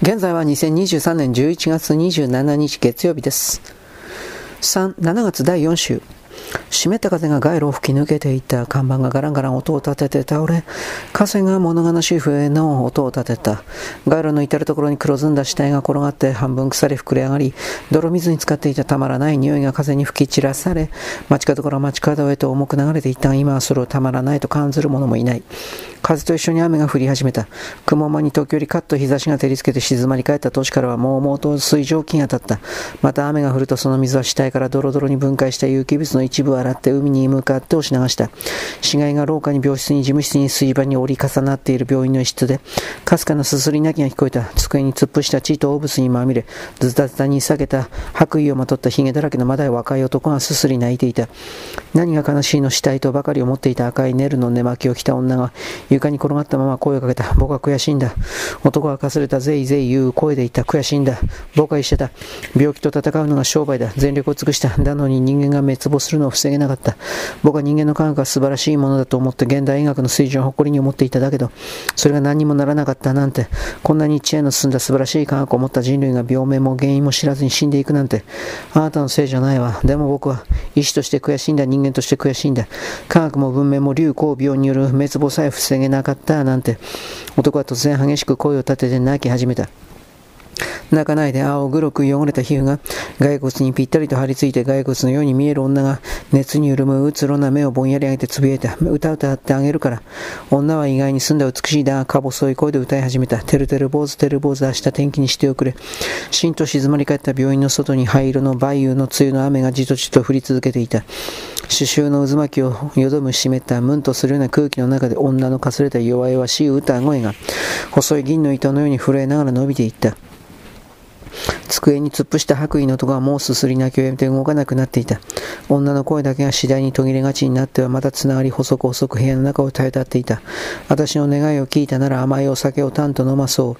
現在は2023年11月27日月曜日です。7月第4週。湿った風が街路を吹き抜けていた。看板がガランガラン音を立てて倒れ、風が物悲しい笛の音を立てた。街路の至るところに黒ずんだ死体が転がって半分腐り膨れ上がり、泥水に浸かっていたたまらない匂いが風に吹き散らされ、街角から街角へと重く流れていったが、今はそれをたまらないと感じる者もいない。風と一緒に雨が降り始めた。雲間に時折カッと日差しが照りつけて静まり返った都市からはもうもうと水蒸気が立った。また雨が降るとその水は死体からドロドロに分解した有機物の一部を洗って海に向かって押し流した。死骸が廊下に病室に事務室に水場に折り重なっている病院の一室で、かすかなすすり泣きが聞こえた。机に突っ伏した血と汚物にまみれ、ズタズタに裂けた白衣をまとったヒゲだらけのまだ若い男がすすり泣いていた。何が悲しいの死体とばかり思っていた赤いネルの寝巻きを着た女が床に転がったまま声をかけた。僕は悔しいんだ。男はかすれたぜいぜい言う声で言った。悔しいんだ。僕は一緒だ。病気と戦うのが商売だ。全力を尽くした。だのに人間が滅亡するのを防げなかった。僕は人間の科学が素晴らしいものだと思って現代医学の水準を誇りに思っていただけど、それが何にもならなかったなんて、こんなに知恵の進んだ素晴らしい科学を持った人類が病名も原因も知らずに死んでいくなんて、あなたのせいじゃないわ。でも僕は医師として悔しいんだ。人間として悔しいんだ。科学も文明も流行病による滅亡さえ防げなかったなんて。男は突然激しく声を立てて泣き始めた。泣かないで。青黒く汚れた皮膚が骸骨にぴったりと張り付いて、骸骨のように見える女が熱に潤むうつろな目をぼんやり上げてつぶやいた。歌ってあげるから。女は意外に澄んだ美しいだがか細い声で歌い始めた。てるてる坊主てる坊主、明日天気にしておくれ。しんと静まり返った病院の外に灰色の梅雨の梅雨の雨がじとじと降り続けていた。刺繍の渦巻きをよどむ湿ったムンとするような空気の中で、女のかすれた弱々しい歌声が細い銀の糸のように震えながら伸びていった。机に突っ伏した白衣の男はもうすすり泣きをやめて動かなくなっていた。女の声だけが次第に途切れがちになってはまたつながり、細く細く部屋の中を絶え立っていた。私の願いを聞いたなら甘いお酒をたんと飲まそう。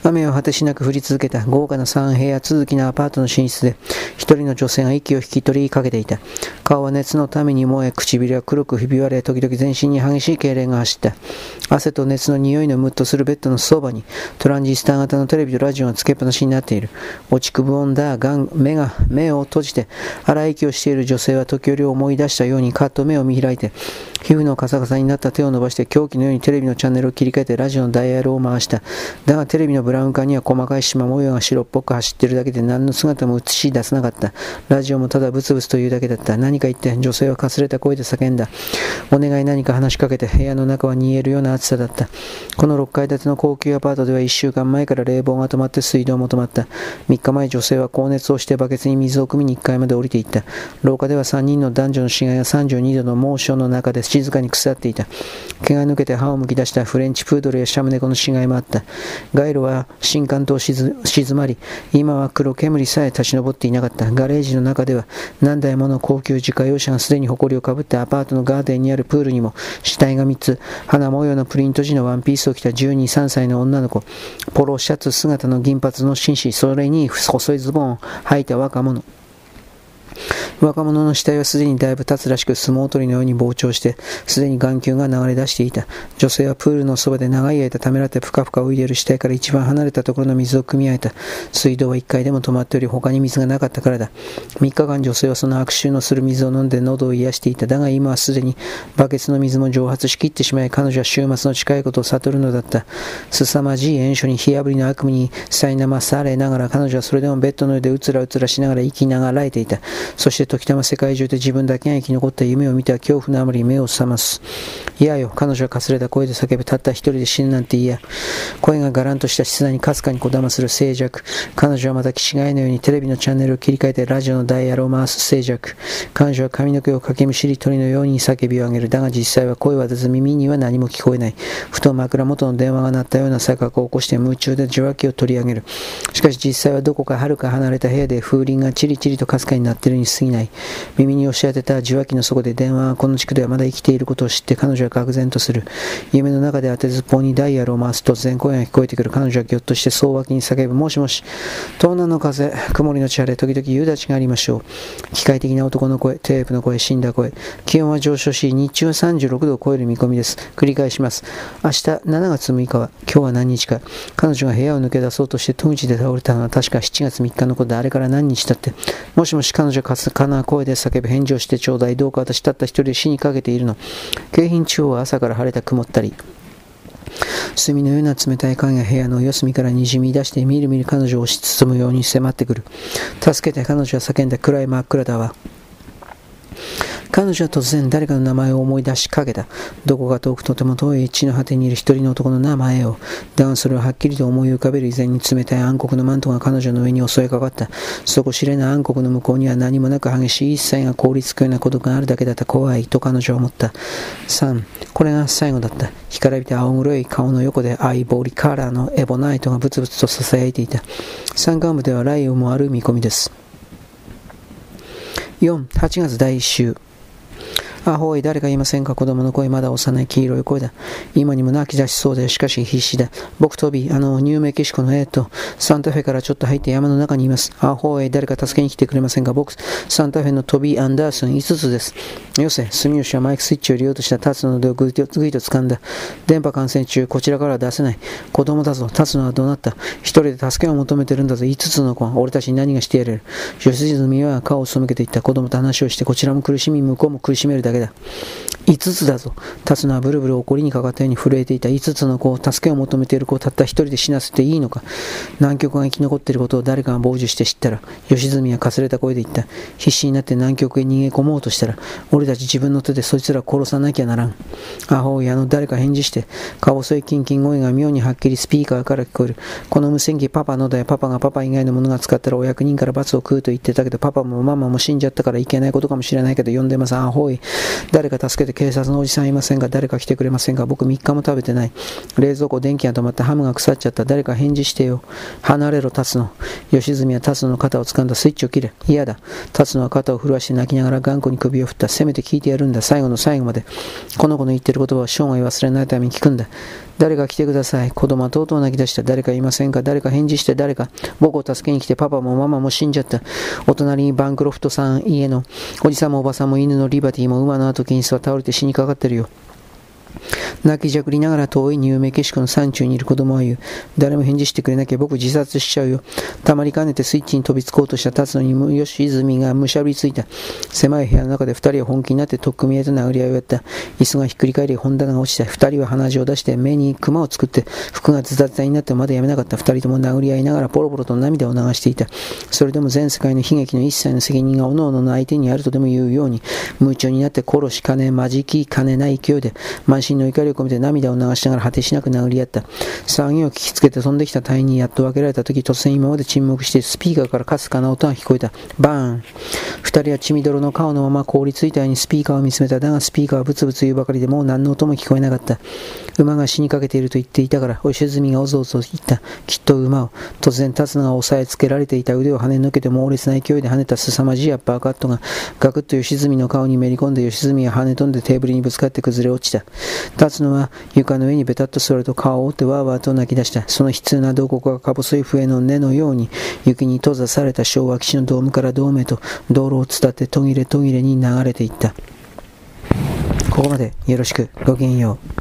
雨は果てしなく降り続けた。豪華な3部屋続きのアパートの寝室で、一人の女性が息を引き取りかけていた。顔は熱のために燃え、唇は黒くひび割れ、時々全身に激しい痙攣が走った。汗と熱の匂いのムッとするベッドのそばにトランジスター型のテレビとラジオがつけっぱなしになっている。落ちくぶんだ目を閉じて荒い息をしている女性は時折思い出したようにカッと目を見開いて、皮膚のカサカサになった手を伸ばして凶器のようにテレビのチャンネルを切り替えてラジオのダイヤルを回した。だがテレビのブラウン管には細かい縞模様が白っぽく走っているだけで何の姿も映し出さなかった。ラジオもただブツブツというだけだった。何か言って。女性はかすれた声で叫んだ。お願い、何か話しかけて。部屋の中は煮えるような暑さだった。この6階建ての高級アパートでは1週間前から冷房が止まって水道も止まった。3日前、女性は高熱をしてバケツに水を汲みに1階まで降りていった。廊下では3人の男女の死骸が32度の猛暑の中で静かに腐っていた。毛が抜けて歯をむき出したフレンチプードルやシャム猫の死骸もあった。街路は新館と静まり、今は黒煙さえ立ち上っていなかった。ガレージの中では何台もの高級自家用車がすでに埃をかぶって、アパートのガーデンにあるプールにも死体が3つ、花模様のプリント地のワンピースを着た12、3歳の女の子、ポロシャツ姿の銀髪の紳士、それに細いズボンを履いた若者。若者の死体はすでにだいぶ経つらしく、相撲取りのように膨張して、すでに眼球が流れ出していた。女性はプールのそばで長い間ためらってぷかぷか浮いている死体から一番離れたところの水を汲み上げた。水道は1回でも止まっており、他に水がなかったからだ。3日間女性はその悪臭のする水を飲んで喉を癒していた。だが今はすでにバケツの水も蒸発しきってしまい、彼女は終末の近いことを悟るのだった。凄まじい炎症に火あぶりの悪夢に苛まされながら、彼女はそれでもベッドの上でうつらうつらしながら息ながらえていた。そして時たま世界中で自分だけが生き残った夢を見ては恐怖のあまり目を覚ます。いやよ、彼女はかすれた声で叫ぶ。たった一人で死ぬなんて嫌。声がガランとした室内にかすかにこだまする静寂。彼女はまた気違いのようにテレビのチャンネルを切り替えてラジオのダイヤルを回す静寂。彼女は髪の毛をかきむしり鳥のように叫びを上げる。だが実際は声は出ず耳には何も聞こえない。ふと枕元の電話が鳴ったような錯覚を起こして夢中で受話器を取り上げる。しかし実際はどこか遥か離れた部屋で風鈴がチリチリとかすかに鳴っているに過ぎない。 ない。耳に押し当てた受話器の底で電話はこの地区ではまだ生きていることを知って彼女は愕然とする。夢の中で当てずっぽうにダイヤルを回すと突然声が聞こえてくる。彼女はぎょっとして総脇に叫ぶ。もしもし。東南の風、曇りの地晴れ、時々夕立がありましょう。機械的な男の声、テープの声、死んだ声。気温は上昇し、日中は36度を超える見込みです。繰り返します。明日7月6日は、今日は何日か。彼女が部屋を抜け出そうとして戸口で倒れたのは確か7月3日のことで、あれから何日経って。もしもし。彼女はかすかな声で叫ぶ。返事をしてちょうだい。どうか私たった一人で死にかけているの。京浜地方は朝から晴れた曇ったり。墨のような冷たい影が部屋の四隅からにじみ出してみるみる彼女を押し包むように迫ってくる。助けて。彼女は叫んだ。暗い真っ暗だわ。彼女は突然誰かの名前を思い出しかけた。どこか遠くとても遠い地の果てにいる一人の男の名前を。だがそれをはっきりと思い浮かべる以前に冷たい暗黒のマントが彼女の上に襲いかかった。底知れない暗黒の向こうには何もなく激しい一切が凍りつくようなことがあるだけだった。怖いと彼女は思った。3、これが最後だった。干からびた青黒い顔の横でアイボーリカラーのエボナイトがブツブツと囁いていた。山間部では雷雨もある見込みです。4、8月第1週。あ、ほい、誰かいませんか。子供の声、まだ幼い黄色い声だ。今にも泣き出しそうで、しかし必死だ。僕トビー、ニューメキシコのサンタフェからちょっと入って山の中にいます。あ、ほい、誰か助けに来てくれませんか。僕、サンタフェのトビー・アンダーソン5つです。よせ、住吉はマイクスイッチを入れようとした立つの腕をぐいと掴んだ。電波感染中、こちらからは出せない。子供だぞ、立つのはどうなった。一人で助けを求めてるんだぞ、5つの子は。俺たちに何がしてやれる。吉住は顔を背けていった。子供と話をして、こちらも苦しみ、向こうも苦しめるだけだ。5つだぞ。立つのはブルブル怒りにかかったように震えていた。5つの子を助けを求めている子をたった一人で死なせていいのか。南極が生き残っていることを誰かが傍受して知ったら、吉住はかすれた声で言った。必死になって南極へ逃げ込もうとしたら、俺たち自分の手でそいつらを殺さなきゃならん。アホイ、誰か返事して。か細いキンキン声が妙にはっきりスピーカーから聞こえる。この無線機パパのだよ。パパがパパ以外のものが使ったらお役人から罰を食うと言ってたけど、パパもママも死んじゃったからいけないことかもしれないけど呼んでます。アホイ、誰か助けて。警察のおじさんいませんか。誰か来てくれませんか。僕3日も食べてない。冷蔵庫電気が止まってハムが腐っちゃった。誰か返事してよ。離れろ、立つの。吉住は立つの肩を掴んだ。スイッチを切れ。嫌だ。立つのは肩を震わして泣きながら頑固に首を振った。せめて聞いてやるんだ。最後の最後まで。この子の言ってる言葉を生涯忘れないために聞くんだ。誰か来てください。子供はとうとう泣き出した。誰かいませんか。誰か返事して。誰か。僕を助けに来て。パパもママも死んじゃった。お隣にバンクロフトさん家のおじさんもおばさんも犬のリバティも馬の後金スは倒れて死にかかってるよ。泣きじゃくりながら遠いニューメキシコの山中にいる子供は言う。誰も返事してくれなきゃ僕自殺しちゃうよ。たまりかねてスイッチに飛びつこうとした立つのに吉住がむしゃぶりついた。狭い部屋の中で二人は本気になって取っ組み合いと殴り合いをやった。椅子がひっくり返り本棚が落ちた。二人は鼻血を出して目にクマを作って服がズタズタになってもまだやめなかった。二人とも殴り合いながらポロポロと涙を流していた。それでも全世界の悲劇の一切の責任が各々の相手にあるとでも言うように夢中になって殺しかねまじきかねない勢いで満身の怒りを込めて涙を流しながら果てしなく殴り合った。騒ぎを聞きつけて飛んできた隊員にやっと分けられた時、突然今まで沈黙してスピーカーからかすかな音が聞こえた。バーン。二人は血みどろの顔のまま凍りついたようにスピーカーを見つめた。だがスピーカーはブツブツ言うばかりでもう何の音も聞こえなかった。馬が死にかけていると言っていたから、吉住がおぞおぞ言った。きっと馬を。突然立つのが押さえつけられていた腕を跳ね抜けて猛烈な勢いで跳ねた凄まじいアッパーカットがガクッと吉住の顔にめり込んで、吉住が跳ね飛んでテーブルにぶつかって崩れ落ちた。立つのは床の上にベタッと座ると顔を折ってワーワーと泣き出した。その悲痛な慟哭がか細い笛の根のように雪に閉ざされた昭和基地のドームからドームへと道路を伝って途切れ途切れに流れていった。ここまでよろしく。ごきげんよう。